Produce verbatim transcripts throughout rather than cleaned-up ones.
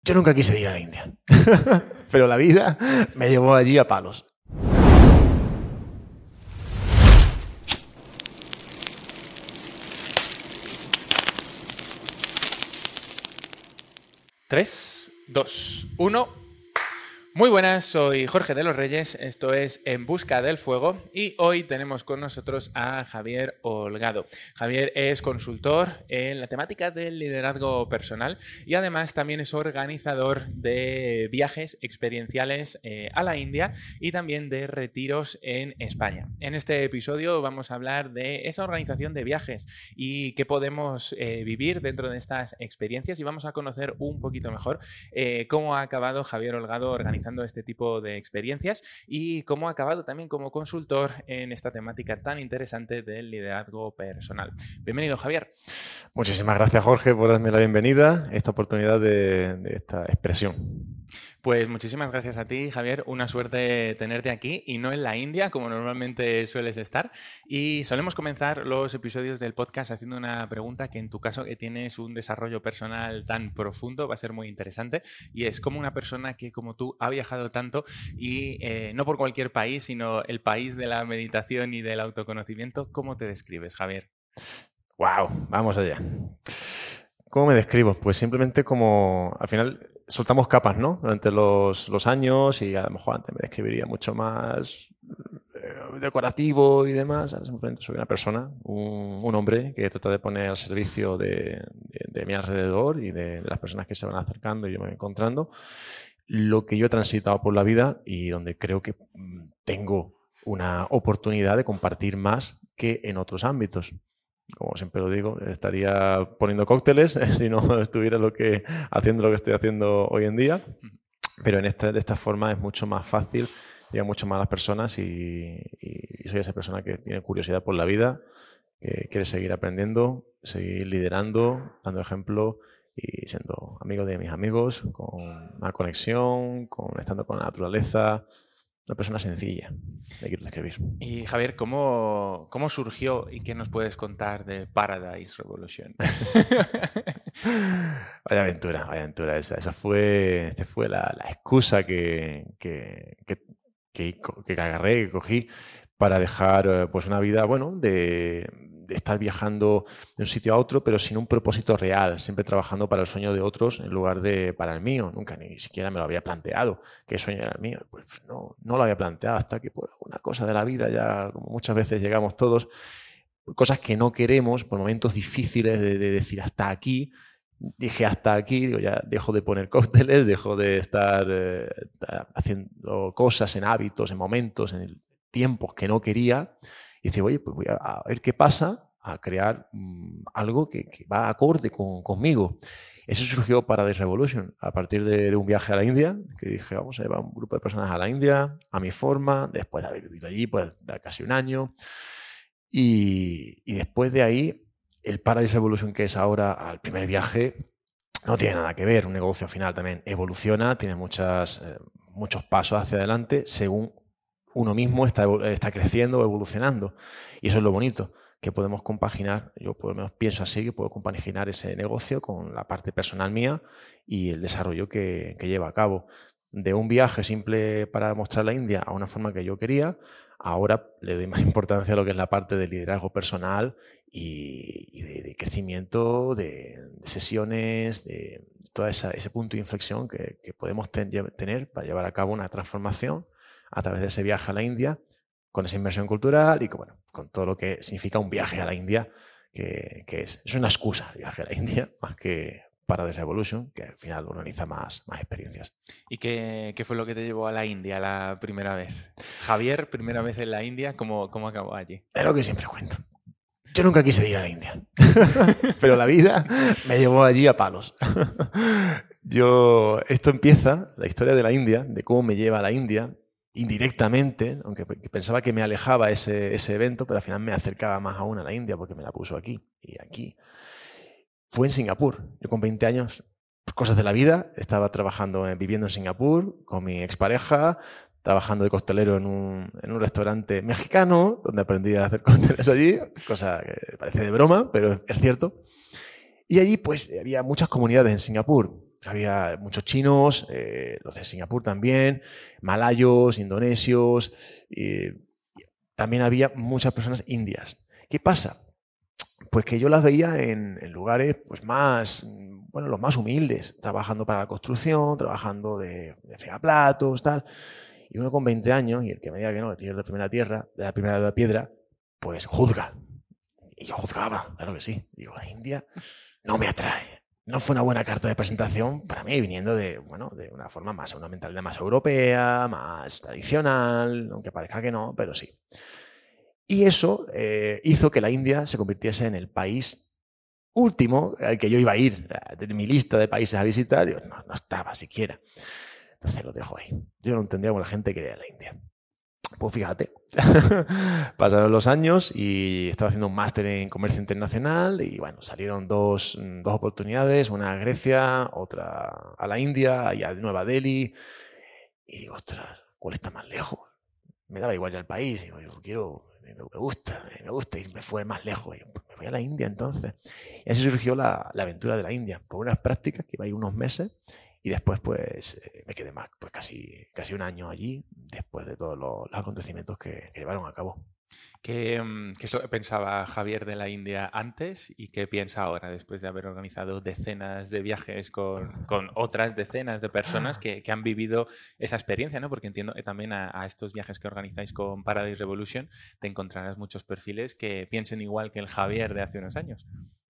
Yo nunca quise ir a la India, pero la vida me llevó allí a palos. tres, dos, uno. Muy buenas, soy Jorge de los Reyes, esto es En Busca del Fuego y hoy tenemos con nosotros a Javier Holgado. Javier es consultor en la temática del liderazgo personal y además también es organizador de viajes experienciales eh, a la India y también de retiros en España. En este episodio vamos a hablar de esa organización de viajes y qué podemos eh, vivir dentro de estas experiencias y vamos a conocer un poquito mejor eh, cómo ha acabado Javier Holgado organizando este tipo de experiencias y cómo ha acabado también como consultor en esta temática tan interesante del liderazgo personal. Bienvenido, Javier. Muchísimas gracias, Jorge, por darme la bienvenida a esta oportunidad de, de esta expresión. Pues muchísimas gracias a ti, Javier. Una suerte tenerte aquí y no en la India, como normalmente sueles estar. Y solemos comenzar los episodios del podcast haciendo una pregunta que en tu caso, que tienes un desarrollo personal tan profundo, va a ser muy interesante. Y es como una persona que, como tú, ha viajado tanto y eh, no por cualquier país, sino el país de la meditación y del autoconocimiento. ¿Cómo te describes, Javier? ¡Wow! Vamos allá. ¿Cómo me describo? Pues simplemente como, al final, soltamos capas, ¿no? Durante los, los años y a lo mejor antes me describiría mucho más eh, decorativo y demás. Ahora simplemente soy una persona, un, un hombre que trata de poner al servicio de, de, de mi alrededor y de, de las personas que se van acercando y yo me voy encontrando lo que yo he transitado por la vida y donde creo que tengo una oportunidad de compartir más que en otros ámbitos. Como siempre lo digo, estaría poniendo cócteles si no estuviera lo que, haciendo lo que estoy haciendo hoy en día. Pero en esta, de esta forma es mucho más fácil, llega mucho más a las personas y, y soy esa persona que tiene curiosidad por la vida, que quiere seguir aprendiendo, seguir liderando, dando ejemplo y siendo amigo de mis amigos, con una conexión, conectando con la naturaleza. Una persona sencilla, le quiero describir. Y Javier, ¿cómo, cómo surgió y qué nos puedes contar de Paradise Revolution? Vaya aventura, vaya aventura. Esa, esa fue, esta fue la, la excusa que, que, que, que, que agarré, que cogí para dejar pues una vida, bueno, de, de estar viajando de un sitio a otro, pero sin un propósito real, siempre trabajando para el sueño de otros en lugar de para el mío. Nunca ni siquiera me lo había planteado, qué sueño era el mío. Pues no, no lo había planteado hasta que por alguna cosa de la vida, ya como muchas veces llegamos todos, cosas que no queremos, por momentos difíciles de, de decir hasta aquí. Dije hasta aquí, digo, ya dejo de poner cócteles, dejo de estar eh, haciendo cosas en hábitos, en momentos, en el tiempos que no quería, y dice, oye, pues voy a, a ver qué pasa, a crear mmm, algo que, que va acorde con, conmigo. Eso surgió Paradise Revolution, a partir de, de un viaje a la India, que dije, vamos a llevar un grupo de personas a la India, a mi forma, después de haber vivido allí, pues casi un año, y, y después de ahí, el Paradise Revolution que es ahora, al primer viaje, no tiene nada que ver. Un negocio al final también evoluciona, tiene muchas, eh, muchos pasos hacia adelante según uno mismo está, está creciendo o evolucionando. Y eso es lo bonito, que podemos compaginar, yo por lo menos pienso así, que puedo compaginar ese negocio con la parte personal mía y el desarrollo que, que lleva a cabo. De un viaje simple para mostrar la India a una forma que yo quería, ahora le doy más importancia a lo que es la parte de liderazgo personal y, y de, de crecimiento, de, de sesiones, de todo esa, ese punto de inflexión que, que podemos ten, tener para llevar a cabo una transformación a través de ese viaje a la India, con esa inversión cultural y con, bueno, con todo lo que significa un viaje a la India, que, que es, es una excusa el viaje a la India, más que Paradise Revolution, que al final organiza más, más experiencias. ¿Y qué, qué fue lo que te llevó a la India la primera vez? Javier, primera vez en la India, ¿cómo, cómo acabó allí? Es lo que siempre cuento. Yo nunca quise ir a la India, pero la vida me llevó allí a palos. Yo, esto empieza, la historia de la India, de cómo me lleva a la India, indirectamente, aunque pensaba que me alejaba ese, ese evento, pero al final me acercaba más aún a la India porque me la puso aquí y aquí. Fue en Singapur. Yo con veinte años, cosas de la vida, estaba trabajando, viviendo en Singapur con mi expareja, trabajando de costelero en un, en un restaurante mexicano, donde aprendí a hacer cócteles allí, cosa que parece de broma, pero es cierto. Y allí pues había muchas comunidades en Singapur. había muchos chinos, eh, los de Singapur también, malayos, indonesios, eh, también había muchas personas indias. ¿Qué pasa? Pues que yo las veía en, en lugares pues más, bueno, los más humildes, trabajando para la construcción, trabajando de, de fregaplatos, tal. Y uno con veinte años, y el que me diga que no, que tiro de la primera tierra, de la primera piedra, pues juzga. Y yo juzgaba, claro que sí. Digo, la India no me atrae. No fue una buena carta de presentación para mí, viniendo de, bueno, de una forma más, una mentalidad más europea, más tradicional, aunque parezca que no, pero sí. Y eso eh, hizo que la India se convirtiese en el país último al que yo iba a ir. De mi lista de países a visitar, yo no, no estaba siquiera. Entonces lo dejo ahí. Yo no entendía cómo la gente quería la India. Pues fíjate, pasaron los años y estaba haciendo un máster en comercio internacional y bueno, salieron dos, dos oportunidades, una a Grecia, otra a la India y a Nueva Delhi. Y digo, ostras, ¿cuál está más lejos? Me daba igual ya el país. Digo, yo quiero, me, me gusta, me gusta irme fuera más lejos. Digo, pues me voy a la India entonces. Y así surgió la, la aventura de la India, por unas prácticas que iba a ir unos meses. Y después, pues, eh, me quedé más, pues casi, casi un año allí, después de todos los, los acontecimientos que, que llevaron a cabo. ¿Qué, ¿Qué es lo que pensaba Javier de la India antes y qué piensa ahora, después de haber organizado decenas de viajes con, con otras decenas de personas que, que han vivido esa experiencia, ¿no? Porque entiendo que también a, a estos viajes que organizáis con Paradise Revolution te encontrarás muchos perfiles que piensen igual que el Javier de hace unos años.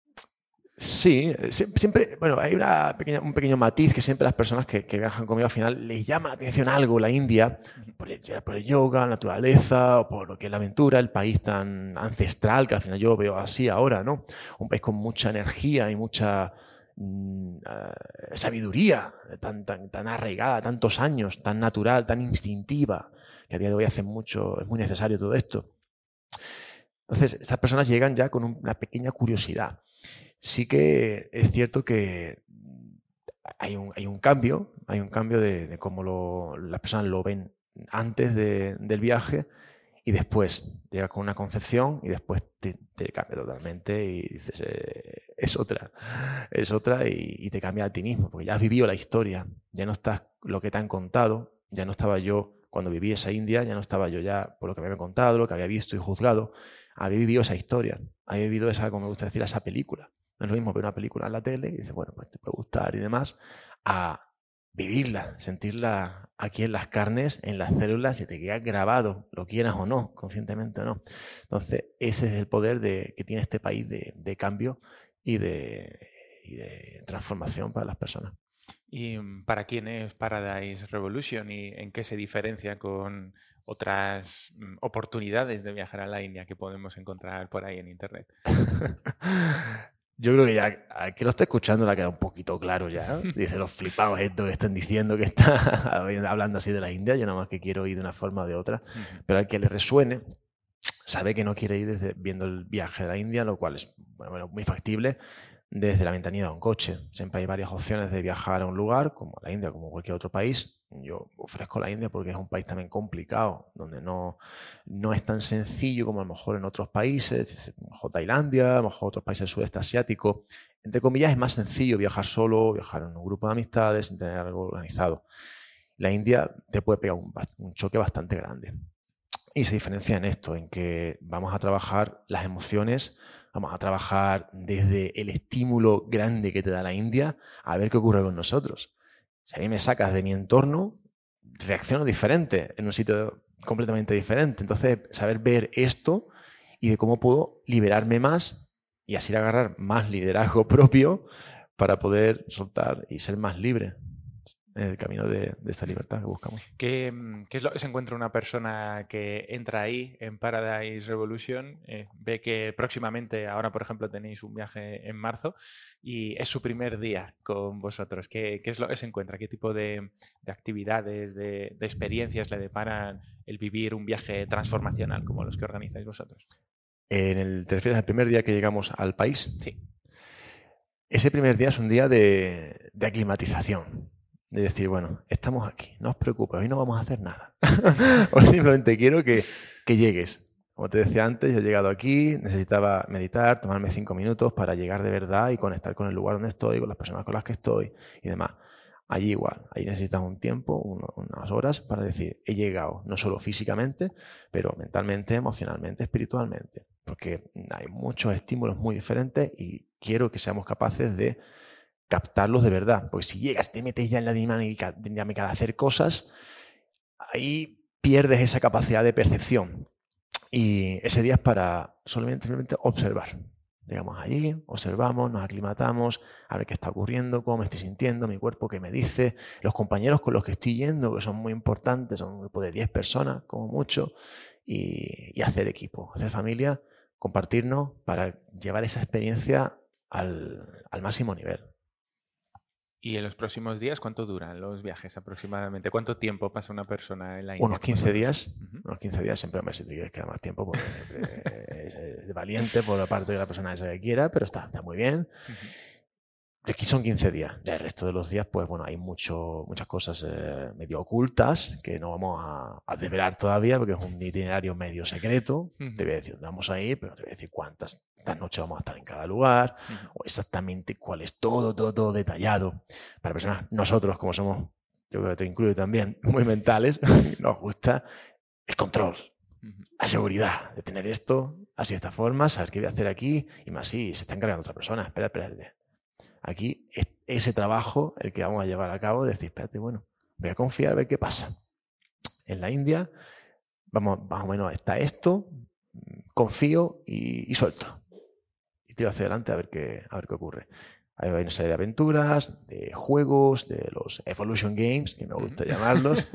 Sí, siempre, bueno, hay una pequeña, un pequeño matiz que siempre las personas que, que viajan conmigo al final les llama la atención algo, la India, por el, por el yoga, la naturaleza, o por lo que es la aventura, el país tan ancestral, que al final yo lo veo así ahora, ¿no? Un país con mucha energía y mucha mm, uh, sabiduría, tan, tan, tan arraigada, tantos años, tan natural, tan instintiva, que a día de hoy hace mucho, es muy necesario todo esto. Entonces, estas personas llegan ya con una pequeña curiosidad. Sí que es cierto que hay un, hay un cambio, hay un cambio de, de cómo lo, las personas lo ven antes de, del viaje y después. Llegas con una concepción y después te, te cambia totalmente y dices, eh, es otra, es otra y, y te cambia a ti mismo, porque ya has vivido la historia, ya no estás lo que te han contado, ya no estaba yo cuando viví esa India, ya no estaba yo ya por lo que me habían contado, lo que había visto y juzgado, había vivido esa historia, había vivido esa, como me gusta decir, esa película. No es lo mismo ver una película en la tele y dices, bueno, pues te puede gustar y demás, a vivirla, sentirla aquí en las carnes, en las células y te queda grabado, lo quieras o no, conscientemente o no. Entonces, ese es el poder de, que tiene este país de, de cambio y de, y de transformación para las personas. ¿Y para quién es Paradise Revolution y en qué se diferencia con otras oportunidades de viajar a la India que podemos encontrar por ahí en internet? Yo creo que ya a que lo esté escuchando le ha quedado un poquito claro ya. Dice los flipados estos que están diciendo que está hablando así de la India. Yo nada más que quiero ir de una forma o de otra. Uh-huh. Pero al que le resuene, sabe que no quiere ir desde, viendo el viaje de la India, lo cual es bueno, bueno, muy factible desde la ventanilla de un coche. Siempre hay varias opciones de viajar a un lugar, como la India, como cualquier otro país. Yo ofrezco la India porque es un país también complicado, donde no, no es tan sencillo como a lo mejor en otros países, a lo mejor Tailandia, a lo mejor otros países del sudeste asiático. Entre comillas, es más sencillo viajar solo, viajar en un grupo de amistades, sin tener algo organizado. La India te puede pegar un, un choque bastante grande. Y se diferencia en esto, en que vamos a trabajar las emociones, vamos a trabajar desde el estímulo grande que te da la India a ver qué ocurre con nosotros. Si a mí me sacas de mi entorno, reacciono diferente en un sitio completamente diferente. Entonces, saber ver esto y de cómo puedo liberarme más y así agarrar más liderazgo propio para poder soltar y ser más libre en el camino de, de esta libertad que buscamos. ¿Qué, ¿Qué es lo que se encuentra una persona que entra ahí en Paradise Revolution? Eh, ve que próximamente, ahora por ejemplo tenéis un viaje en marzo y es su primer día con vosotros. ¿Qué, qué es lo que se encuentra? ¿Qué tipo de, de actividades, de, de experiencias le deparan el vivir un viaje transformacional como los que organizáis vosotros? En el, ¿te refieres al primer día que llegamos al país? Sí. Ese primer día es un día de, de aclimatización. De decir, bueno, estamos aquí, no os preocupéis, hoy no vamos a hacer nada. Hoy simplemente quiero que, que llegues. Como te decía antes, yo he llegado aquí, necesitaba meditar, tomarme cinco minutos para llegar de verdad y conectar con el lugar donde estoy, con las personas con las que estoy y demás. Allí igual, ahí necesitas un tiempo, uno, unas horas para decir, he llegado, no solo físicamente, pero mentalmente, emocionalmente, espiritualmente. Porque hay muchos estímulos muy diferentes y quiero que seamos capaces de captarlos de verdad. Porque si llegas, te metes ya en la dinámica, dinámica de hacer cosas, ahí pierdes esa capacidad de percepción. Y ese día es para solamente, simplemente observar. Llegamos allí, observamos, nos aclimatamos, a ver qué está ocurriendo, cómo me estoy sintiendo, mi cuerpo qué me dice, los compañeros con los que estoy yendo, que son muy importantes, son un grupo de diez personas, como mucho, y, y hacer equipo, hacer familia, compartirnos para llevar esa experiencia al, al máximo nivel. ¿Y en los próximos días cuánto duran los viajes aproximadamente? ¿Cuánto tiempo pasa una persona en la India? Unos quince días, uh-huh. unos quince días, siempre me si te quieres quedar más tiempo, porque es, es valiente por la parte de la persona esa que quiera, pero está, está muy bien. Uh-huh. Aquí son quince días, ya el resto de los días, pues bueno, hay mucho, muchas cosas eh, medio ocultas que no vamos a, a desvelar todavía, porque es un itinerario medio secreto. Uh-huh. Te voy a decir dónde vamos a ir, pero te voy a decir cuántas Esta noche vamos a estar en cada lugar, uh-huh. o exactamente cuál es todo, todo, todo detallado. Para personas, nosotros como somos, yo creo que te incluyo también, muy mentales, nos gusta el control, uh-huh. la seguridad de tener esto así de esta forma, saber qué voy a hacer aquí, y más si se está encargando otra persona. Espera, espérate. Aquí es ese trabajo el que vamos a llevar a cabo, de decir, espérate, bueno, voy a confiar a ver qué pasa. En la India, vamos, más o menos está esto, confío y, y suelto. Y tiro hacia adelante a ver qué, a ver qué ocurre. Hay una serie de aventuras, de juegos, de los Evolution Games, que me gusta llamarlos,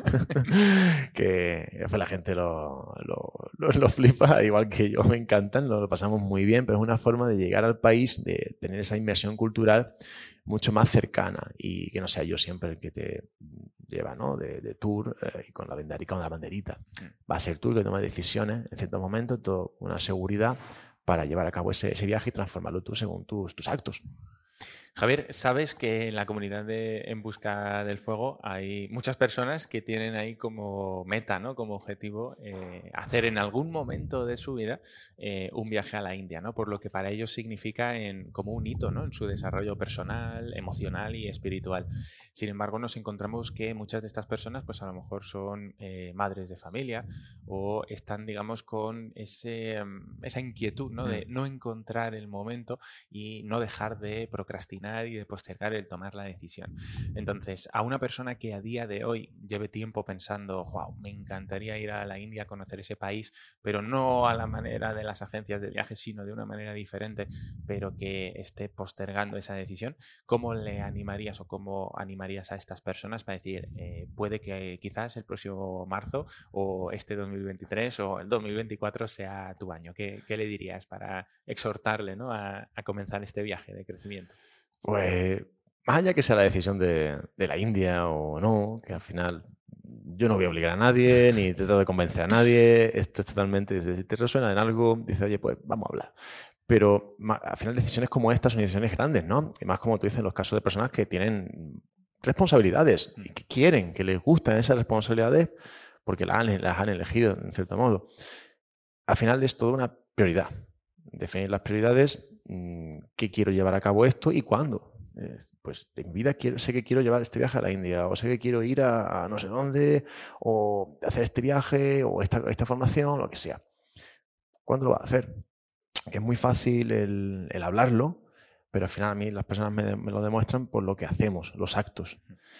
que la gente lo, lo, lo, lo flipa, igual que yo, me encantan, lo, lo pasamos muy bien, pero es una forma de llegar al país, de tener esa inmersión cultural mucho más cercana y que no sea yo siempre el que te lleva, ¿no? de, de tour eh, y con la, banderita, con la banderita. Va a ser tú el que toma decisiones en ciertos momentos, todo, una seguridad para llevar a cabo ese, ese viaje y transformarlo tú según tus, tus actos. Javier, sabes que en la comunidad de En Busca del Fuego hay muchas personas que tienen ahí como meta, ¿no? Como objetivo eh, hacer en algún momento de su vida eh, un viaje a la India, ¿no? Por lo que para ellos significa en, como un hito, ¿no? En su desarrollo personal, emocional y espiritual. Sin embargo, nos encontramos que muchas de estas personas pues a lo mejor son eh, madres de familia o están, digamos, con ese, esa inquietud, ¿no? De no encontrar el momento y no dejar de procrastinar y de postergar el tomar la decisión. Entonces, a una persona que a día de hoy lleve tiempo pensando, wow, me encantaría ir a la India a conocer ese país, pero no a la manera de las agencias de viajes, sino de una manera diferente, pero que esté postergando esa decisión, ¿cómo le animarías o cómo animarías a estas personas para decir, eh, puede que quizás el próximo marzo o este dos mil veintitrés o el dos mil veinticuatro sea tu año? ¿Qué, qué le dirías para exhortarle, ¿no? a, a comenzar este viaje de crecimiento? Pues, más allá que sea la decisión de, de la India o no, que al final yo no voy a obligar a nadie, ni trato de convencer a nadie, esto es totalmente, si te resuena en algo, dice, oye, pues vamos a hablar. Pero al final decisiones como estas son decisiones grandes, ¿no? Y más como tú dices, en los casos de personas que tienen responsabilidades y que quieren, que les gustan esas responsabilidades porque las han, las han elegido, en cierto modo. Al final es toda una prioridad. Definir las prioridades, qué quiero llevar a cabo esto y cuándo. Eh, pues en mi vida quiero, sé que quiero llevar este viaje a la India, o sé que quiero ir a, a no sé dónde, o hacer este viaje, o esta, esta formación, lo que sea. ¿Cuándo lo vas a hacer? Que es muy fácil el, el hablarlo, pero al final a mí las personas me, me lo demuestran por lo que hacemos, los actos.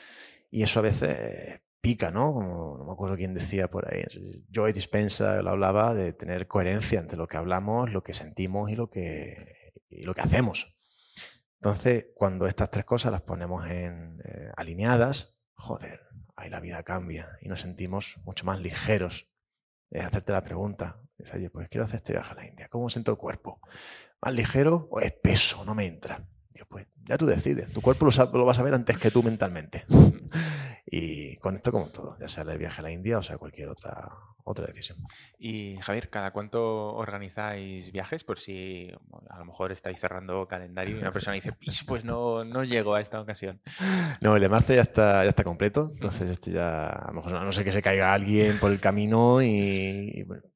Y eso a veces pica, ¿no? Como, no me acuerdo quién decía por ahí. Joe Dispenza lo hablaba de tener coherencia entre lo que hablamos, lo que sentimos y lo que, y lo que hacemos. Entonces, cuando estas tres cosas las ponemos en, eh, alineadas, joder, ahí la vida cambia y nos sentimos mucho más ligeros. Es hacerte la pregunta. Dices, oye, pues quiero hacer este viaje a la India. ¿Cómo siento el cuerpo? ¿Más ligero o espeso? No me entra. Digo, pues ya tú decides. Tu cuerpo lo, lo vas a ver antes que tú mentalmente. Y con esto como todo, ya sea el viaje a la India o sea cualquier otra, otra decisión. Y Javier, ¿cada cuánto organizáis viajes? Por si a lo mejor estáis cerrando calendario y una persona dice, pues no, no llego a esta ocasión. No, el de marzo ya está, ya está completo, entonces este ya, a lo mejor no sé que se caiga alguien por el camino y, y bueno, pues,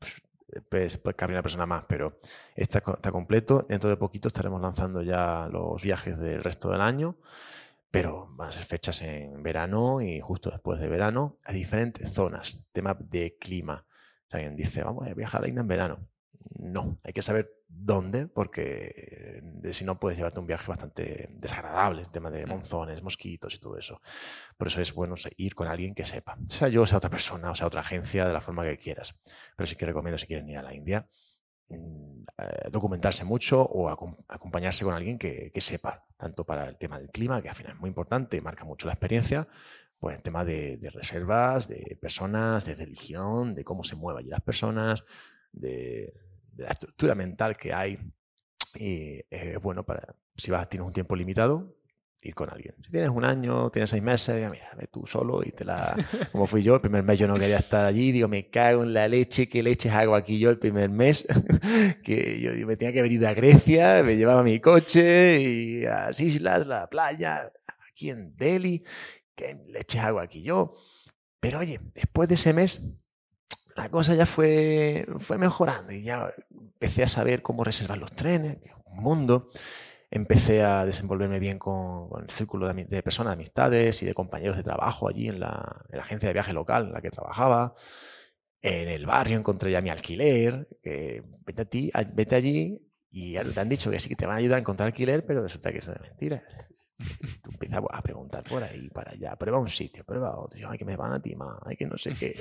pues, pues cabría una persona más, pero está, está completo. Dentro de poquito estaremos lanzando ya los viajes del resto del año, pero van a ser fechas en verano y justo después de verano a diferentes zonas, tema de clima. Si alguien dice, vamos a viajar a la India en verano. No, hay que saber dónde, porque si no puedes llevarte un viaje bastante desagradable, el tema de monzones, mosquitos y todo eso. Por eso es bueno ir con alguien que sepa, sea yo, sea otra persona, o sea otra agencia, de la forma que quieras. Pero sí que recomiendo, si quieren ir a la India, eh, documentarse mucho o acom- acompañarse con alguien que, que sepa, tanto para el tema del clima, que al final es muy importante y marca mucho la experiencia, pues el tema de, de reservas, de personas, de religión, de cómo se mueven allí las personas, de, de la estructura mental que hay. Y es eh, bueno para, si vas, tienes un tiempo limitado, ir con alguien. Si tienes un año, tienes seis meses, mira, ve tú solo y te la... Como fui yo, el primer mes yo no quería estar allí, digo, me cago en la leche, ¿qué leches hago aquí yo el primer mes? Que yo, yo me tenía que venir a Grecia, me llevaba mi coche y a las islas, la playa, aquí en Delhi, ¿qué leches hago aquí yo? Pero oye, después de ese mes, la cosa ya fue, fue mejorando y ya empecé a saber cómo reservar los trenes, que es un mundo. Empecé a desenvolverme bien con, con el círculo de, de personas, de amistades y de compañeros de trabajo allí en la, en la agencia de viaje local en la que trabajaba. En el barrio encontré ya mi alquiler, que vete, a ti, vete allí y ya te han dicho que sí que te van a ayudar a encontrar alquiler, pero resulta que eso es mentira. Tú empiezas a preguntar por ahí, para allá, prueba un sitio, prueba otro, ay, que me van a timar, ay, que no sé qué.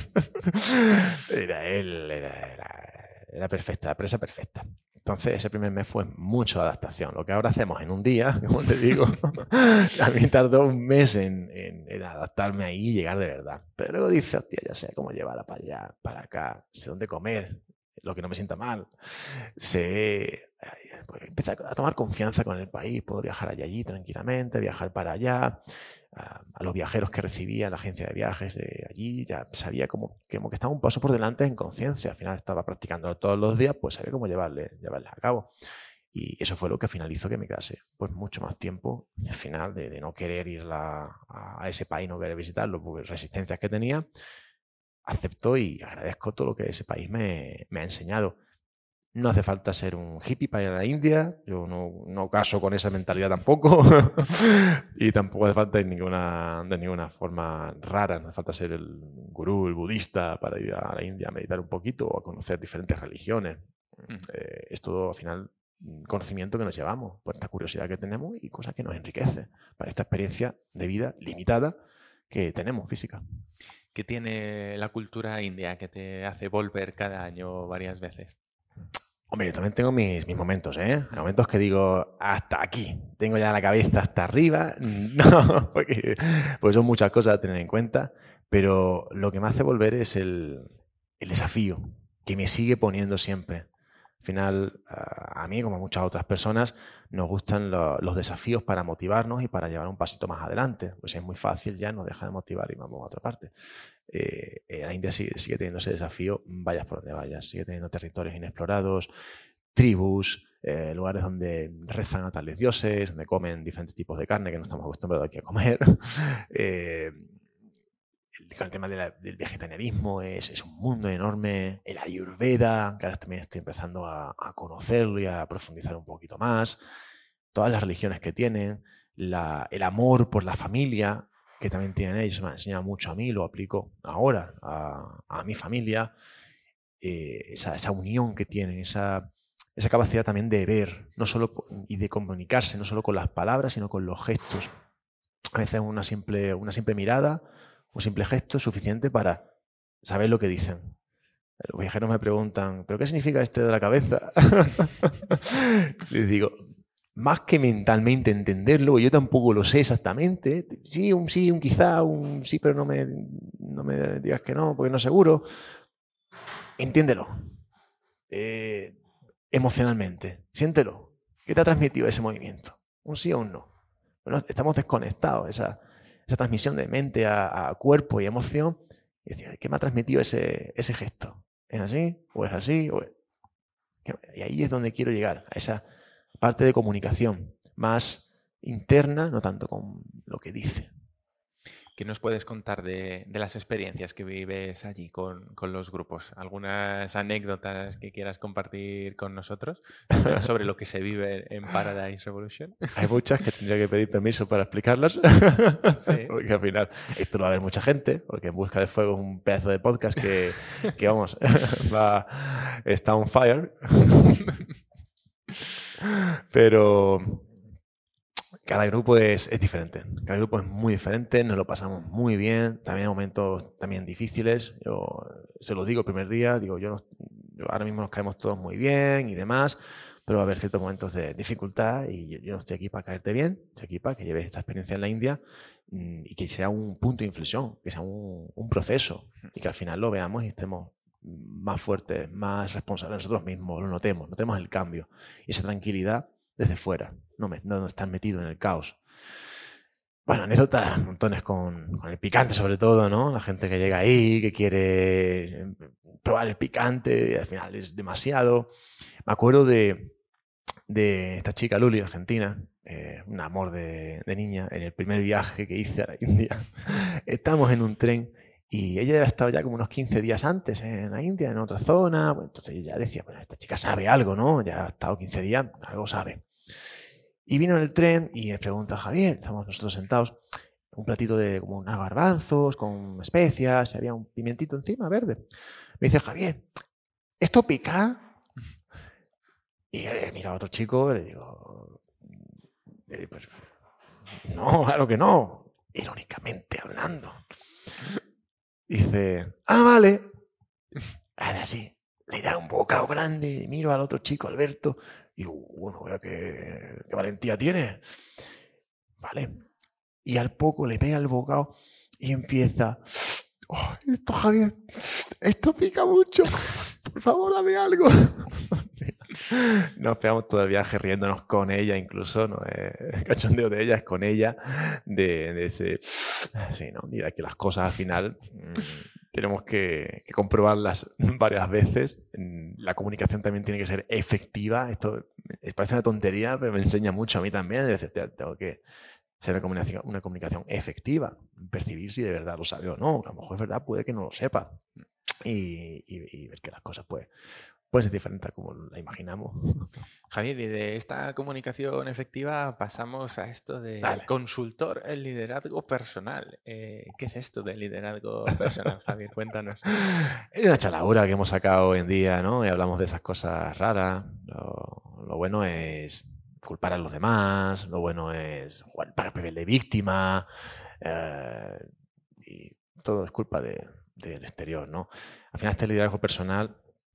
Era él, era, era, era perfecta, la presa perfecta. Entonces ese primer mes fue mucha adaptación. Lo que ahora hacemos en un día, como te digo, a mí tardó un mes en, en, en adaptarme ahí y llegar de verdad. Pero luego dice, hostia, ya sé cómo llevarla para allá, para acá, sé dónde comer, lo que no me sienta mal. Sé, pues, empecé a tomar confianza con el país, puedo viajar allí, allí tranquilamente, viajar para allá. A, a los viajeros que recibía la agencia de viajes de allí, ya sabía como, como que estaba un paso por delante en conciencia. Al final estaba practicándolo todos los días, pues sabía cómo llevarle, llevarles a cabo. Y eso fue lo que finalizó que me quedase pues mucho más tiempo, al final, de, de no querer ir la, a, a ese país, no querer visitarlo, porque resistencias que tenía, acepto y agradezco todo lo que ese país me, me ha enseñado. No hace falta ser un hippie para ir a la India, yo no, no caso con esa mentalidad tampoco y tampoco hace falta ir ninguna, de ninguna forma rara, no hace falta ser el gurú, el budista para ir a la India a meditar un poquito o a conocer diferentes religiones. Mm. Eh, es todo al final conocimiento que nos llevamos por esta curiosidad que tenemos y cosas que nos enriquece para esta experiencia de vida limitada que tenemos física. ¿Qué tiene la cultura india que te hace volver cada año varias veces? Hombre, yo también tengo mis, mis momentos, ¿eh? Momentos que digo, hasta aquí, tengo ya la cabeza hasta arriba. No, porque pues son muchas cosas a tener en cuenta, pero lo que me hace volver es el, el desafío que me sigue poniendo siempre. Al final, a mí, como a muchas otras personas, nos gustan lo, los desafíos para motivarnos y para llevar un pasito más adelante. Pues es muy fácil, ya nos deja de motivar y vamos a otra parte. Eh, la India sigue, sigue teniendo ese desafío, vayas por donde vayas, sigue teniendo territorios inexplorados, tribus, eh, lugares donde rezan a tales dioses, donde comen diferentes tipos de carne que no estamos acostumbrados aquí a comer. eh, Con el tema de la, del vegetarianismo es, es un mundo enorme. El Ayurveda, que ahora también estoy empezando a, a conocerlo y a profundizar un poquito más. Todas las religiones que tienen, la, el amor por la familia que también tienen ellos, me ha enseñado mucho a mí, lo aplico ahora a, a mi familia. Eh, esa, esa unión que tienen, esa, esa capacidad también de ver no solo y de comunicarse, no solo con las palabras, sino con los gestos. A veces una simple, una simple mirada, un simple gesto es suficiente para saber lo que dicen. Los viajeros me preguntan, ¿pero qué significa este de la cabeza? Les digo, más que mentalmente entenderlo, yo tampoco lo sé exactamente. Sí, un sí, un quizá, un sí, pero no me, no me digas que no, porque no es seguro. Entiéndelo. Eh, emocionalmente. Siéntelo. ¿Qué te ha transmitido ese movimiento? ¿Un sí o un no? Bueno, estamos desconectados. Esa, esa transmisión de mente a, a cuerpo y emoción. Y decir, ¿qué me ha transmitido ese, ese gesto? ¿Es así? ¿O es así? ¿O es... Y ahí es donde quiero llegar, a esa parte de comunicación más interna, no tanto con lo que dice. ¿qué nos puedes contar de, de las experiencias que vives allí con, con los grupos? ¿Algunas anécdotas que quieras compartir con nosotros sobre, sobre lo que se vive en Paradise Revolution? Hay muchas que tendría que pedir permiso para explicarlas, Sí. porque al final esto lo va a ver mucha gente, porque En Busca del Fuego es un pedazo de podcast que, que vamos, va, está on fire. Pero cada grupo es, es diferente, cada grupo es muy diferente, nos lo pasamos muy bien, también hay momentos también difíciles. Yo se lo digo el primer día, digo, yo, no, yo ahora mismo nos caemos todos muy bien y demás, pero va a haber ciertos momentos de dificultad y yo, yo no estoy aquí para caerte bien, estoy aquí para que lleves esta experiencia en la India y que sea un punto de inflexión, que sea un, un proceso y que al final lo veamos y estemos más fuertes, más responsables nosotros mismos, lo notemos, notemos el cambio y esa tranquilidad desde fuera, no, me, no estar metido en el caos. Bueno, anécdotas, montones con, con el picante sobre todo, ¿no? La gente que llega ahí, que quiere probar el picante y al final es demasiado. Me acuerdo de, de esta chica Luli, argentina, eh, un amor de, de niña, en el primer viaje que hice a la India. Estamos en un tren y ella había estado ya como unos quince días antes en la India, en otra zona. Bueno, entonces yo ya decía, bueno, esta chica sabe algo, ¿no? Ya ha estado quince días, algo sabe. Y vino en el tren y me pregunta, Javier, estamos nosotros sentados, un platito de como unos garbanzos con especias, y había un pimientito encima, verde. Me dice, Javier, ¿esto pica? Y le miro a otro chico y le digo, eh, pues, no, claro que no, irónicamente hablando. Dice, ah, vale. Ahora sí, le da un bocado grande, y miro al otro chico, Alberto, y digo, bueno, vea qué, qué valentía tiene. Vale. Y al poco le pega el bocado y empieza, oh, esto, Javier, esto pica mucho, por favor, dame algo. Nos pegamos todo el viaje riéndonos con ella, incluso, no es el cachondeo de ella, es con ella, de, de ese, sí, ¿no? Mira que las cosas al final mmm, tenemos que, que comprobarlas varias veces. La comunicación también tiene que ser efectiva. Esto parece una tontería, pero me enseña mucho a mí también. Es decir, tengo que ser una comunicación, una comunicación efectiva, percibir si de verdad lo sabe o no. A lo mejor es verdad, puede que no lo sepa. Y, y, y ver que las cosas pues, pueden ser diferentes a como la imaginamos. Javier, y de esta comunicación efectiva pasamos a esto de Dale. consultor en liderazgo personal. Eh, ¿Qué es esto de liderazgo personal, Javier? Cuéntanos. Es una chalaura que hemos sacado hoy en día, ¿no? Y hablamos de esas cosas raras. Lo, lo bueno es culpar a los demás, lo bueno es jugar para el papel de víctima, eh, y todo es culpa de, del exterior, ¿no? Al final este liderazgo personal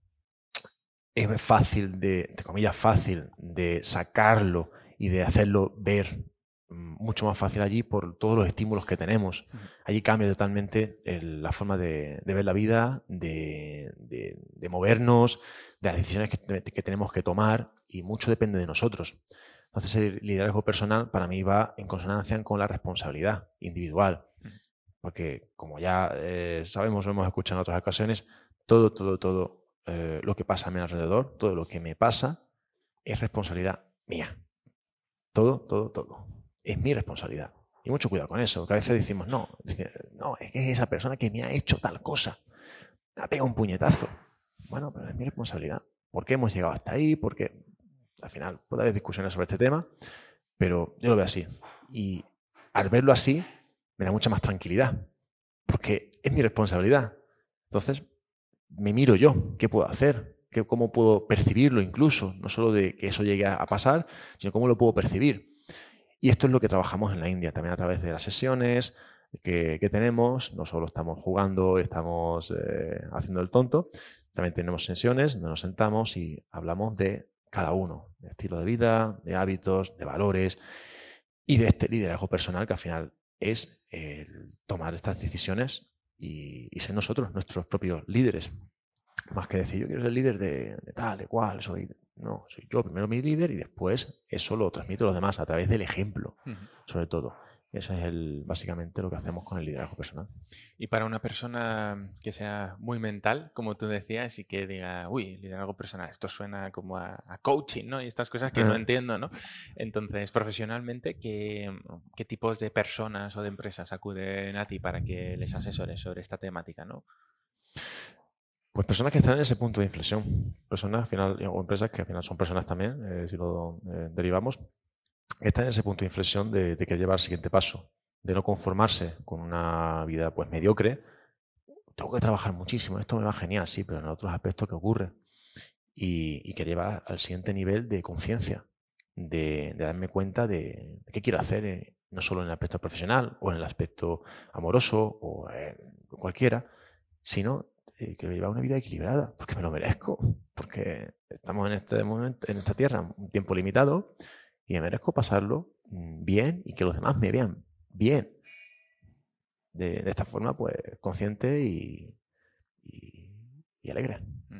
es fácil de, entre comillas, fácil de sacarlo y de hacerlo ver mucho más fácil allí por todos los estímulos que tenemos. Allí cambia totalmente el, la forma de, de ver la vida, de, de, de movernos, de las decisiones que, que tenemos que tomar, y mucho depende de nosotros. Entonces el liderazgo personal para mí va en consonancia con la responsabilidad individual, porque como ya eh, sabemos, lo hemos escuchado en otras ocasiones, todo, todo, todo eh, lo que pasa a mi alrededor, todo lo que me pasa es responsabilidad mía. Todo, todo, todo. Es mi responsabilidad. Y mucho cuidado con eso, que a veces decimos, no, no, es que es esa persona que me ha hecho tal cosa. Me ha pegado un puñetazo. Bueno, pero es mi responsabilidad. ¿Por qué hemos llegado hasta ahí? Porque al final puede haber discusiones sobre este tema, pero yo lo veo así. Y al verlo así, me da mucha más tranquilidad, porque es mi responsabilidad. Entonces, me miro yo, ¿qué puedo hacer? ¿Qué, ¿Cómo puedo percibirlo incluso? No solo de que eso llegue a pasar, sino cómo lo puedo percibir. Y esto es lo que trabajamos en la India, también a través de las sesiones que, que tenemos. No solo estamos jugando, estamos eh, haciendo el tonto, también tenemos sesiones donde nos sentamos y hablamos de cada uno, de estilo de vida, de hábitos, de valores y de este liderazgo personal que al final es el tomar estas decisiones y, y ser nosotros nuestros propios líderes. Más que decir, yo quiero ser líder de, de tal, de cual, soy... No, soy yo primero mi líder y después eso lo transmito a los demás a través del ejemplo, uh-huh. sobre todo. Eso es el, básicamente lo que hacemos con el liderazgo personal. Y para una persona que sea muy mental, como tú decías, y que diga, uy, liderazgo personal, esto suena como a, a coaching, ¿no? Y estas cosas que no entiendo, ¿no? Entonces, profesionalmente, ¿qué, qué tipos de personas o de empresas acuden a ti para que les asesores sobre esta temática, ¿no? Pues personas que están en ese punto de inflexión. Personas, al final, o empresas que al final son personas también, eh, si lo eh, derivamos, están en ese punto de inflexión de, de que llevar el siguiente paso, de no conformarse con una vida pues mediocre. Tengo que trabajar muchísimo, esto me va genial, sí, pero en otros aspectos ¿qué ocurre? Y, y que lleva al siguiente nivel de conciencia, de, de darme cuenta de, de qué quiero hacer, eh, no solo en el aspecto profesional o en el aspecto amoroso o en cualquiera, sino eh, que llevar una vida equilibrada, porque me lo merezco, porque estamos en este momento, en esta tierra, un tiempo limitado, y me merezco pasarlo bien y que los demás me vean bien. De, de esta forma, pues, consciente y, y, y alegre. Uh-huh.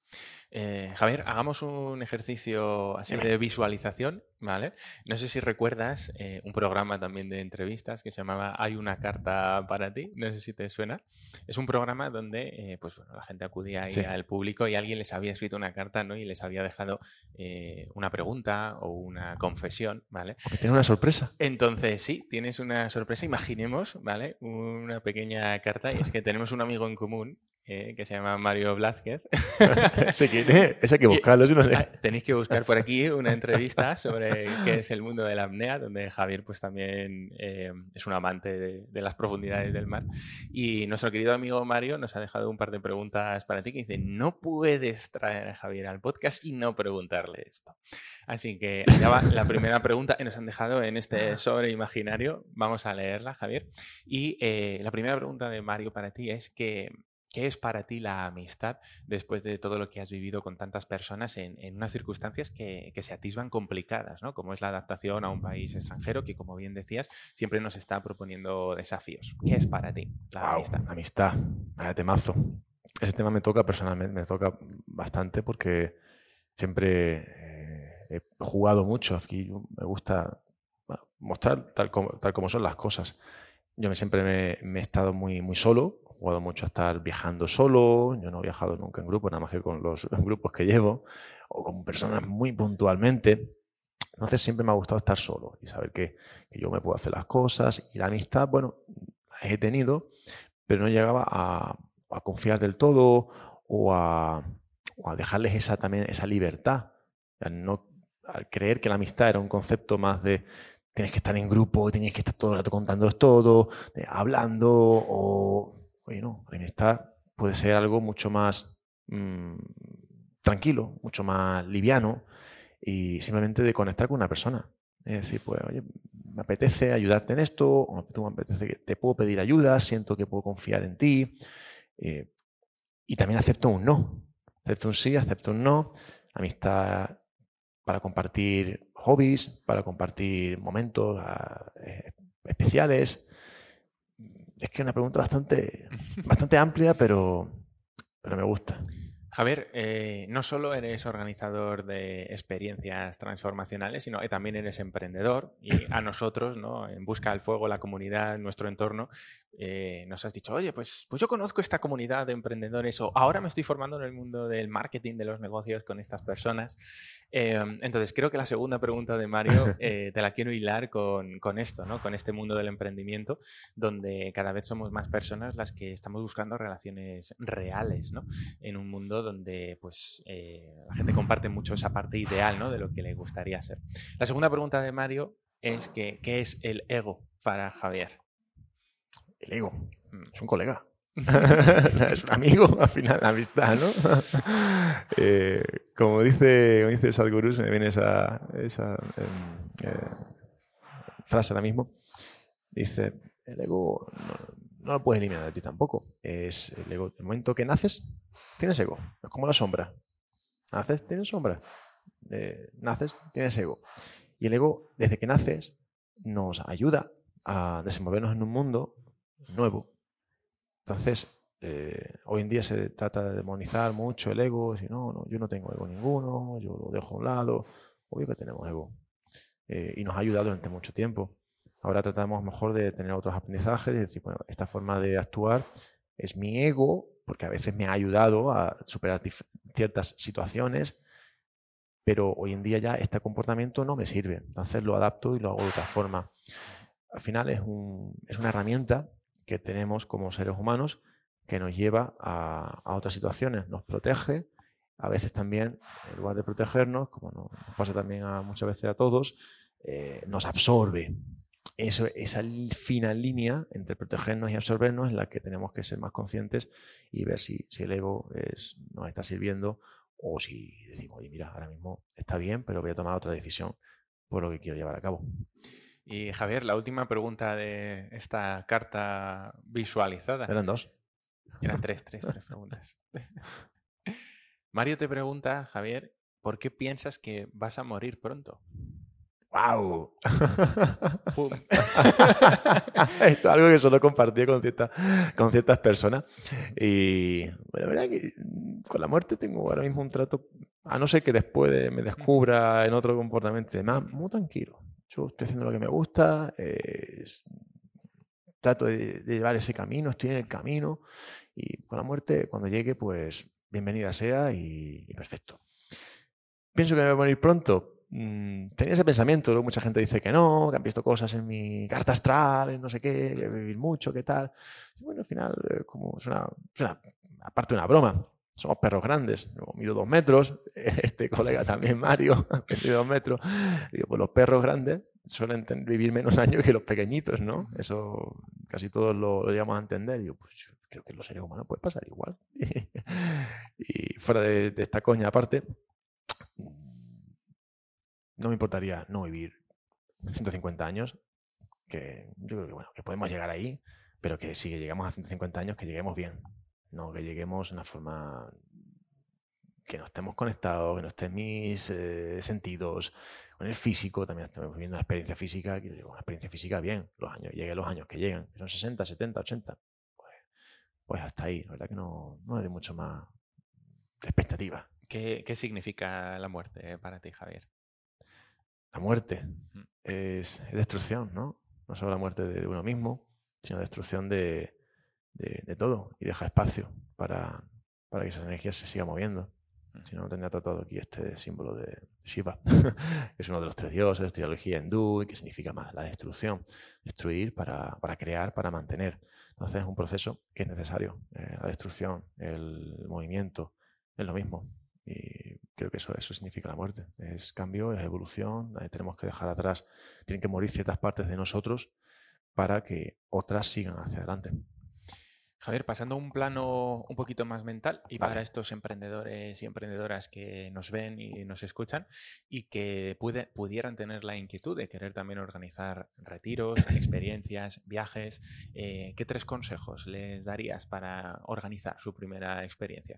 Eh, Javier, hagamos un ejercicio así de visualización, ¿vale? No sé si recuerdas eh, un programa también de entrevistas que se llamaba Hay una carta para ti, no sé si te suena. Es un programa donde eh, pues, bueno, la gente acudía ahí sí. al público y alguien les había escrito una carta, ¿no? Y les había dejado eh, una pregunta o una confesión, ¿vale? Porque tiene una sorpresa. Entonces, sí, tienes una sorpresa. Imaginemos, ¿vale? Una pequeña carta y es que tenemos un amigo en común Eh, que se llama Mario Blázquez. ¿Sé quién es? Esa hay que buscarlo. Si no sé. Tenéis que buscar por aquí una entrevista sobre qué es el mundo de la apnea, donde Javier pues también eh, es un amante de, de las profundidades del mar. Y nuestro querido amigo Mario nos ha dejado un par de preguntas para ti que dice, no puedes traer a Javier al podcast y no preguntarle esto. Así que allá va la primera pregunta que nos han dejado en este sobre imaginario. Vamos a leerla, Javier. Y eh, la primera pregunta de Mario para ti es que ¿qué es para ti la amistad después de todo lo que has vivido con tantas personas en, en unas circunstancias que, que se atisban complicadas, ¿no? Como es la adaptación a un país extranjero que, como bien decías, siempre nos está proponiendo desafíos? ¿Qué es para ti la wow, amistad? Amistad, vaya temazo. Ese tema me toca personalmente, me toca bastante porque siempre eh, he jugado mucho. Aquí me gusta bueno, mostrar tal como, tal como son las cosas. Yo me, siempre me, me he estado muy, muy solo. He jugado mucho a estar viajando solo. Yo no he viajado nunca en grupo, nada más que con los grupos que llevo o con personas muy puntualmente. Entonces siempre me ha gustado estar solo y saber que, que yo me puedo hacer las cosas. Y la amistad, bueno, las he tenido, pero no llegaba a, a confiar del todo o a, o a dejarles esa, también esa libertad. Al, no, al creer que la amistad era un concepto más de tienes que estar en grupo, tienes que estar todo el rato contando todo, eh, hablando, o, oye, no, la amistad puede ser algo mucho más mmm, tranquilo, mucho más liviano y simplemente de conectar con una persona. Es decir, pues, oye, me apetece ayudarte en esto, o tú me apetece que te puedo pedir ayuda, siento que puedo confiar en ti, eh, y también acepto un no, acepto un sí, acepto un no, amistad para compartir hobbies, para compartir momentos uh, eh, especiales. Es que es una pregunta bastante, bastante amplia, pero, pero me gusta. Javier, eh, no solo eres organizador de experiencias transformacionales, sino que también eres emprendedor y a nosotros, ¿no? En Busca del Fuego, la comunidad, nuestro entorno, eh, nos has dicho, oye, pues, pues yo conozco esta comunidad de emprendedores o ahora me estoy formando en el mundo del marketing, de los negocios con estas personas. Eh, entonces, creo que la segunda pregunta de Mario eh, te la quiero hilar con, con esto, ¿no? Con este mundo del emprendimiento, donde cada vez somos más personas las que estamos buscando relaciones reales, ¿no? En un mundo donde pues, eh, la gente comparte mucho esa parte ideal, ¿no? De lo que le gustaría ser. La segunda pregunta de Mario es que, ¿qué es el ego para Javier? El ego es un colega. Es un amigo, al final, la amistad, ¿no? eh, como dice, como dice Sadhguru, se me viene esa, esa eh, eh, frase ahora mismo. Dice, el ego no, no lo puedes eliminar de ti tampoco. Es el ego, el momento que naces, tienes ego. Es como la sombra. Naces, tienes sombra. Eh, naces, tienes ego. Y el ego, desde que naces, nos ayuda a desenvolvernos en un mundo nuevo. Entonces, eh, hoy en día se trata de demonizar mucho el ego. Decir, no, no, yo no tengo ego ninguno, yo lo dejo a un lado. Obvio que tenemos ego. Eh, y nos ha ayudado durante mucho tiempo. Ahora tratamos mejor de tener otros aprendizajes, de decir, bueno, esta forma de actuar es mi ego, porque a veces me ha ayudado a superar ciertas situaciones, pero hoy en día ya este comportamiento no me sirve. Entonces lo adapto y lo hago de otra forma. Al final es, un, es una herramienta que tenemos como seres humanos que nos lleva a, a otras situaciones, nos protege. A veces también, en lugar de protegernos, como nos pasa también a, muchas veces a todos, eh, nos absorbe. Eso, esa fina línea entre protegernos y absorbernos es la que tenemos que ser más conscientes y ver si, si el ego es, nos está sirviendo o si decimos, oye, mira, ahora mismo está bien, pero voy a tomar otra decisión por lo que quiero llevar a cabo. Y Javier, la última pregunta de esta carta visualizada. ¿Eran dos? Eran tres, tres, tres preguntas. Mario te pregunta, Javier, ¿por qué piensas que vas a morir pronto? ¡Wow! Esto es algo que solo compartí con, cierta, con ciertas personas. Y bueno, la verdad es que con la muerte tengo ahora mismo un trato, a no ser que después de, me descubra en otro comportamiento y demás, muy tranquilo. Yo estoy haciendo lo que me gusta, eh, trato de, de llevar ese camino, estoy en el camino y con la muerte, cuando llegue, pues bienvenida sea y, y perfecto. ¿Pienso que me voy a morir pronto? Mm, tenía ese pensamiento, luego mucha gente dice que no, que han visto cosas en mi carta astral, en no sé qué, que voy a vivir mucho, qué tal. Y bueno, al final, eh, como es una, es una, aparte de una broma, somos perros grandes, yo mido dos metros, este colega también, Mario, mide dos metros. Digo, pues los perros grandes suelen vivir menos años que los pequeñitos, ¿no? Eso casi todos lo, lo llegamos a entender. Digo, pues yo creo que en los seres humanos puede pasar igual. Y fuera de, de esta coña aparte, no me importaría no vivir ciento cincuenta años, que yo creo que bueno, que podemos llegar ahí, pero que si llegamos a ciento cincuenta años, que lleguemos bien, no que lleguemos de una forma que no estemos conectados, que no estén mis eh, sentidos, con el físico, también estamos viviendo una experiencia física, quiero decir, una experiencia física bien, los años, lleguen los años que llegan, que son sesenta, setenta, ochenta, pues, pues hasta ahí, la verdad que no, no hay mucho más de expectativa. ¿Qué, ¿Qué significa la muerte para ti, Javier? La muerte es, es destrucción, ¿no? No solo la muerte de uno mismo, sino destrucción de, de, de todo y deja espacio para, para que esas energías se sigan moviendo. Si no, no tendría tratado aquí este símbolo de Shiva, que es uno de los tres dioses, trilogía hindú, y que significa más la destrucción, destruir para, para crear, para mantener. Entonces es un proceso que es necesario, eh, la destrucción, el movimiento, es lo mismo. Y creo que eso, eso significa la muerte. Es cambio, es evolución, eh, tenemos que dejar atrás, tienen que morir ciertas partes de nosotros para que otras sigan hacia adelante. Javier, pasando a un plano un poquito más mental y Vale. para estos emprendedores y emprendedoras que nos ven y nos escuchan y que pude, pudieran tener la inquietud de querer también organizar retiros, experiencias, viajes, eh, ¿qué tres consejos les darías para organizar su primera experiencia?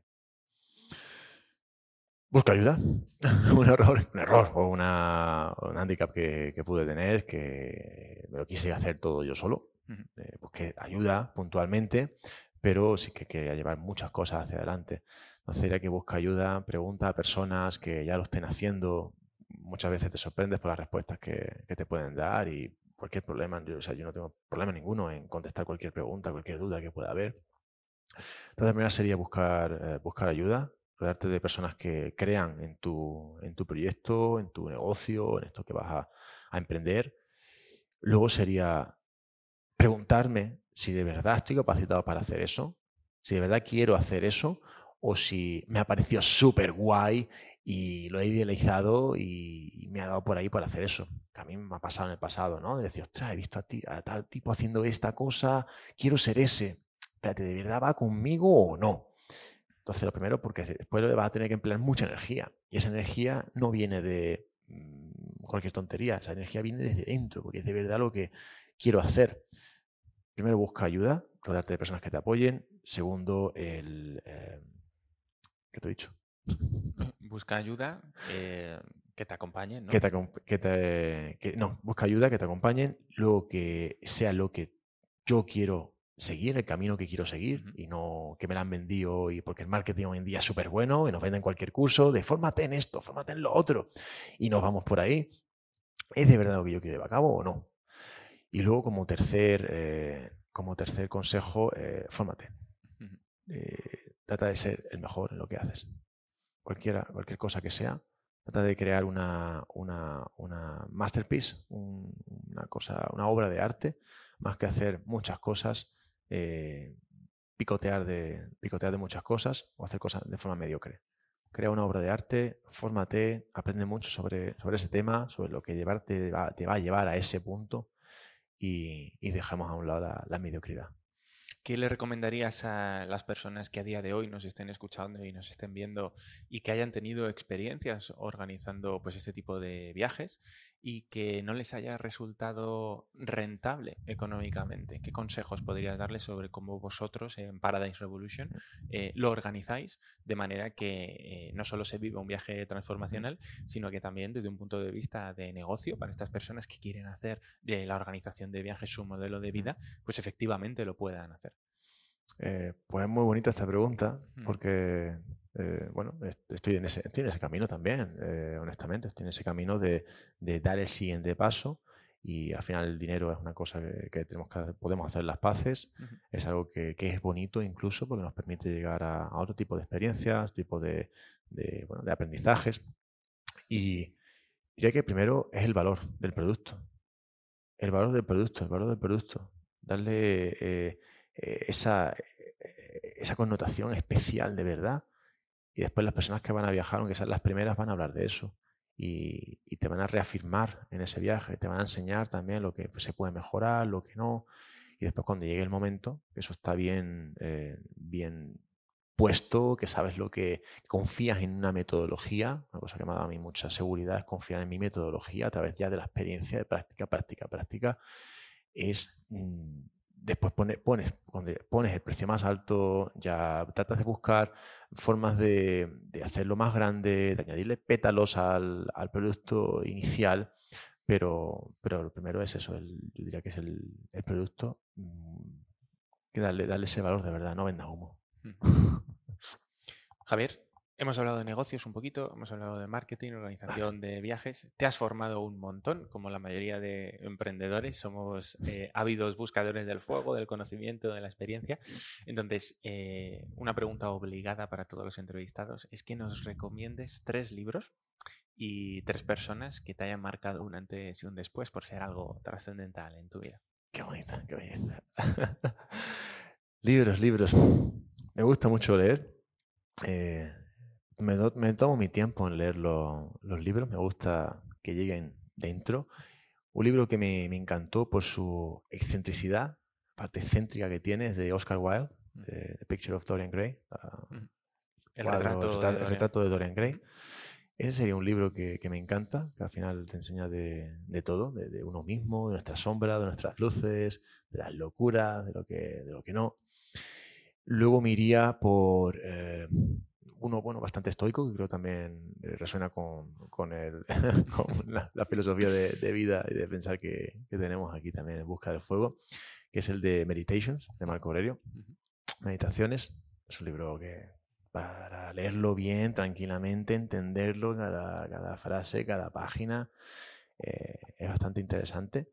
Busca ayuda. un error, un error o una, un handicap que, que pude tener, que me lo quise hacer todo yo solo. Uh-huh. Eh, busqué ayuda puntualmente, pero sí que quería llevar muchas cosas hacia adelante. Entonces era que busca ayuda, pregunta a personas que ya lo estén haciendo. Muchas veces te sorprendes por las respuestas que, que te pueden dar y cualquier problema. Yo, o sea, yo no tengo problema ninguno en contestar cualquier pregunta, cualquier duda que pueda haber. Entonces, la primera sería buscar, eh, buscar ayuda. Rodearte de personas que crean en tu, en tu proyecto, en tu negocio, en esto que vas a, a emprender. Luego sería preguntarme si de verdad estoy capacitado para hacer eso, si de verdad quiero hacer eso, o si me ha parecido súper guay y lo he idealizado y, y me ha dado por ahí para hacer eso. Que a mí me ha pasado en el pasado, ¿no? De decir, ostras, he visto a, ti, a tal tipo haciendo esta cosa, quiero ser ese. Espérate, ¿de verdad va conmigo o no? Entonces, lo primero, porque después le vas a tener que emplear mucha energía. Y esa energía no viene de mmm, cualquier tontería. Esa energía viene desde dentro, porque es de verdad lo que quiero hacer. Primero, busca ayuda, rodearte de personas que te apoyen. Segundo, el... Eh, ¿qué te he dicho? Busca ayuda, eh, que te acompañen, ¿no? Que te, que te, que, no, busca ayuda, que te acompañen. Luego, que sea lo que yo quiero seguir, el camino que quiero seguir, uh-huh. y no que me la han vendido, y porque el marketing hoy en día es súper bueno y nos venden cualquier curso de fórmate en esto, fórmate en lo otro y nos vamos por ahí. ¿Es de verdad lo que yo quiero llevar a cabo o no? Y luego como tercer, eh, como tercer consejo, eh, fórmate. Ujú. Eh, trata de ser el mejor en lo que haces. Cualquiera, cualquier cosa que sea, trata de crear una, una, una masterpiece, un, una, cosa, una obra de arte, más que hacer muchas cosas, eh, picotear, de, picotear de muchas cosas o hacer cosas de forma mediocre. Crea una obra de arte, fórmate, aprende mucho sobre, sobre ese tema, sobre lo que llevarte, te, va, te va a llevar a ese punto y, y dejamos a un lado la, la mediocridad. ¿Qué le recomendarías a las personas que a día de hoy nos estén escuchando y nos estén viendo y que hayan tenido experiencias organizando pues, este tipo de viajes y que no les haya resultado rentable económicamente? ¿Qué consejos podrías darles sobre cómo vosotros en Paradise Revolution eh, lo organizáis de manera que eh, no solo se viva un viaje transformacional, sino que también desde un punto de vista de negocio para estas personas que quieren hacer de la organización de viajes su modelo de vida, pues efectivamente lo puedan hacer? Eh, pues es muy bonita esta pregunta Hmm. porque, eh, bueno, estoy en, ese, estoy en ese camino también, eh, honestamente. Estoy en ese camino de, de dar el siguiente paso y al final el dinero es una cosa que, que tenemos que podemos hacer las paces. Uh-huh. Es algo que, que es bonito incluso porque nos permite llegar a, a otro tipo de experiencias, tipo de, de, bueno, de aprendizajes. Y diría que primero es el valor del producto. El valor del producto, el valor del producto. Darle eh, eh, esa, eh, esa connotación especial de verdad. Y después las personas que van a viajar, aunque sean las primeras, van a hablar de eso. Y, y te van a reafirmar en ese viaje, te van a enseñar también lo que se puede mejorar, lo que no. Y después cuando llegue el momento, eso está bien, eh, bien puesto, que sabes lo que, que confías en una metodología. Una cosa que me ha dado a mí mucha seguridad es confiar en mi metodología a través ya de la experiencia de práctica, práctica, práctica. Es mmm, después pones, pones, pones el precio más alto, ya tratas de buscar formas de, de hacerlo más grande, de añadirle pétalos al, al producto inicial, pero, pero lo primero es eso, el, yo diría que es el, el producto, mmm, que darle, darle ese valor de verdad, no venda humo. Javier, hemos hablado de negocios un poquito, hemos hablado de marketing, organización de viajes. Te has formado un montón, como la mayoría de emprendedores. Somos eh, ávidos buscadores del fuego, del conocimiento, de la experiencia. Entonces, eh, una pregunta obligada para todos los entrevistados es que nos recomiendes tres libros y tres personas que te hayan marcado un antes y un después por ser algo trascendental en tu vida. Qué bonita, qué bonita. Libros, libros. Me gusta mucho leer. Eh, me, do, me tomo mi tiempo en leer lo, los libros. Me gusta que lleguen dentro. Un libro que me, me encantó por su excentricidad, parte excéntrica que tiene, es de Oscar Wilde, de The Picture of Dorian Gray. Uh, el, cuadro, retrato el, retrato, de Dorian. el retrato de Dorian Gray. Ese sería un libro que, que me encanta, que al final te enseña de, de todo, de, de uno mismo, de nuestra sombra, de nuestras luces, de las locuras, de lo que, de lo que no. Luego me iría por eh, uno bueno, bastante estoico, que creo también resuena con, con, el, con la, la filosofía de, de vida y de pensar que, que tenemos aquí también en Busca del Fuego, que es el de Meditations, de Marco Aurelio. Meditaciones, es un libro que para leerlo bien, tranquilamente, entenderlo, cada, cada frase, cada página, eh, es bastante interesante.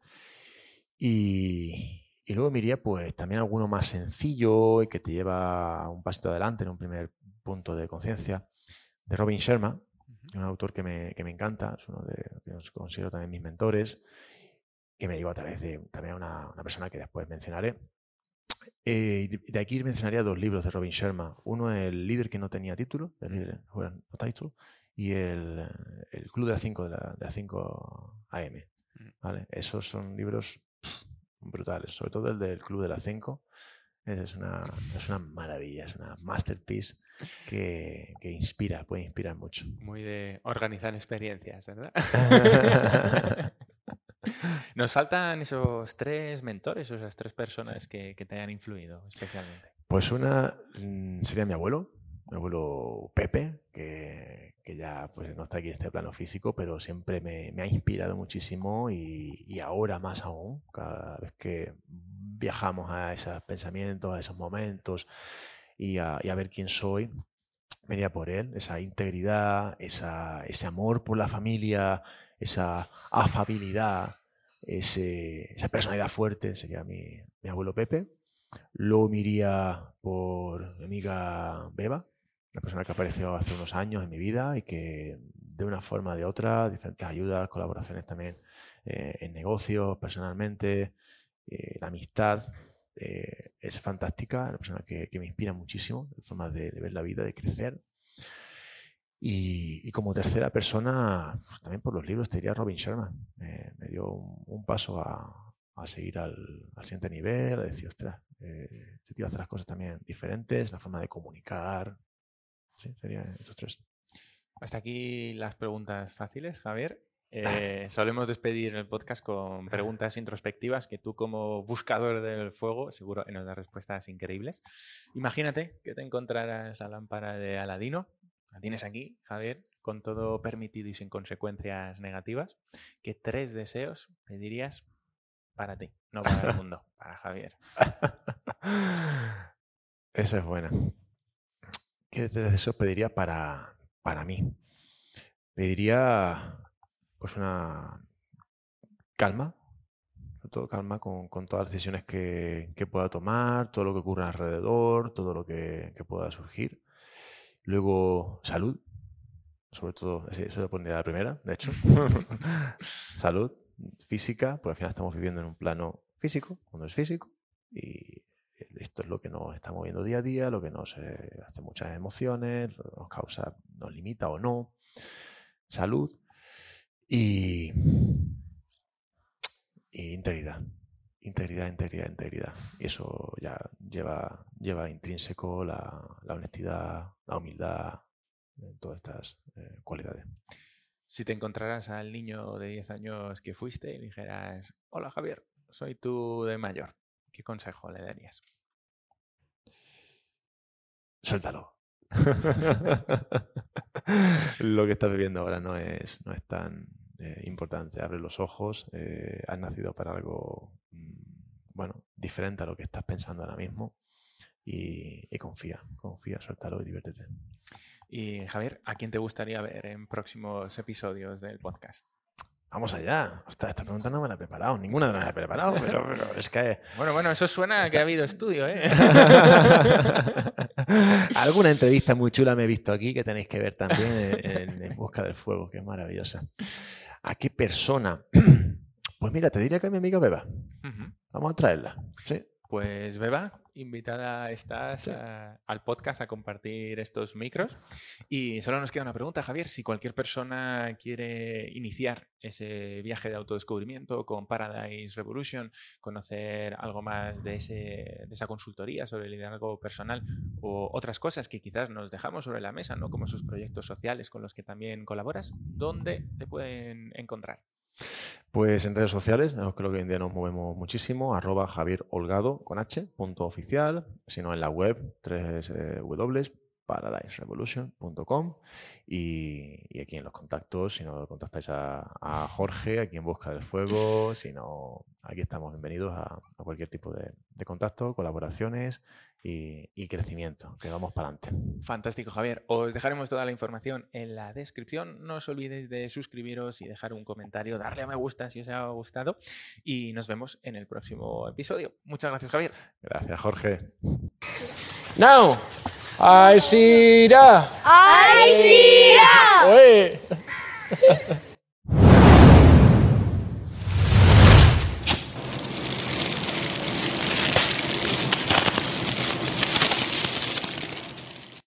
Y, y luego me iría pues también alguno más sencillo y que te lleva un pasito adelante en un primer punto de conciencia, de Robin Sharma, uh-huh. un autor que me, que me encanta, es uno de que os considero también mis mentores, que me llevó a través de también una, una persona que después mencionaré. Eh, de aquí mencionaría dos libros de Robin Sharma. Uno es El líder que no tenía título, el líder no title, y el, el Club de las cinco de, la, de las cinco A M. ¿Vale? Esos son libros pff, brutales, sobre todo el del Club de las cinco. Es una, es una maravilla, es una masterpiece que, que inspira, puede inspirar mucho. Muy de organizar experiencias, ¿verdad? Nos faltan esos tres mentores o esas tres personas sí. que, que te hayan influido especialmente. Pues una sería mi abuelo, mi abuelo Pepe, que, que ya pues, no está aquí en este plano físico, pero siempre me, me ha inspirado muchísimo y, y ahora más aún, cada vez que viajamos a esos pensamientos, a esos momentos y a, y a ver quién soy, venía por él, esa integridad, esa, ese amor por la familia, esa afabilidad, ese, esa personalidad fuerte sería mi, mi abuelo Pepe. Luego me iría por mi amiga Beba, una persona que apareció hace unos años en mi vida y que de una forma o de otra, diferentes ayudas, colaboraciones también eh, en negocios, personalmente, eh, la amistad eh, es fantástica, una persona que, que me inspira muchísimo, de forma de, de ver la vida, de crecer. Y, y como tercera persona, pues, también por los libros, te diría Robin Sharma. Eh, me dio un, un paso a, a seguir al, al siguiente nivel, a decir, ostras, eh, este tío hace las cosas también diferentes, la forma de comunicar. Sí, serían estos tres. Hasta aquí las preguntas fáciles, Javier. Eh, solemos despedir el podcast con preguntas introspectivas que tú, como buscador del fuego, seguro que nos das respuestas increíbles. Imagínate que te encontraras la lámpara de Aladino. La tienes aquí, Javier, con todo permitido y sin consecuencias negativas. ¿Qué tres deseos pedirías para ti? No para el mundo, para Javier. Esa es buena. ¿Qué tres deseos pediría para, para mí? Pediría pues una calma, sobre todo calma con, con todas las decisiones que, que pueda tomar, todo lo que ocurra alrededor, todo lo que, que pueda surgir. Luego, salud, sobre todo, eso lo pondría la primera, de hecho. Salud física, porque al final estamos viviendo en un plano físico, cuando es físico, y esto es lo que nos está moviendo día a día, lo que nos eh, hace muchas emociones, nos causa, nos limita o no. Salud y, y integridad. Integridad, integridad, integridad. Y eso ya lleva, lleva intrínseco la, la honestidad, la humildad, eh, todas estas eh, cualidades. Si te encontraras al niño de diez años que fuiste y dijeras, hola Javier, soy tú de mayor, ¿qué consejo le darías? Suéltalo. Lo que estás viviendo ahora no es, no es tan eh, importante. Abre los ojos, eh, has nacido para algo bueno, diferente a lo que estás pensando ahora mismo y, y confía, confía, suéltalo y diviértete. Y Javier, ¿a quién te gustaría ver en próximos episodios del podcast? Vamos allá. Hasta esta pregunta no me la he preparado. Ninguna de las he preparado, pero, pero es que... Bueno, bueno, eso suena a Está... que ha habido estudio, ¿eh? Alguna entrevista muy chula me he visto aquí que tenéis que ver también en, en Busca del Fuego, que es maravillosa. ¿A qué persona? Pues mira, te diría que a mi amiga Beba. Uh-huh. Vamos a traerla. Sí. Pues Beba, invitada estás sí. a, al podcast a compartir estos micros. Y solo nos queda una pregunta, Javier. Si cualquier persona quiere iniciar ese viaje de autodescubrimiento con Paradise Revolution, conocer algo más de, ese, de esa consultoría sobre el liderazgo personal o otras cosas que quizás nos dejamos sobre la mesa, ¿no? Como esos proyectos sociales con los que también colaboras, ¿dónde te pueden encontrar? Pues en redes sociales, en los que hoy en día nos movemos muchísimo, arroba Javier Holgado con H, punto oficial, sino en la web, w w w punto paradise revolution punto com y, y aquí en los contactos, si no contactáis a, a Jorge, aquí en Busca del Fuego, si no, aquí estamos bienvenidos a, a cualquier tipo de, de contacto, colaboraciones y, y crecimiento, que vamos para adelante. Fantástico, Javier. Os dejaremos toda la información en la descripción. No os olvidéis de suscribiros y dejar un comentario, darle a me gusta si os ha gustado y nos vemos en el próximo episodio. Muchas gracias, Javier. Gracias, Jorge. Now, I see ya. I see ya. Oye.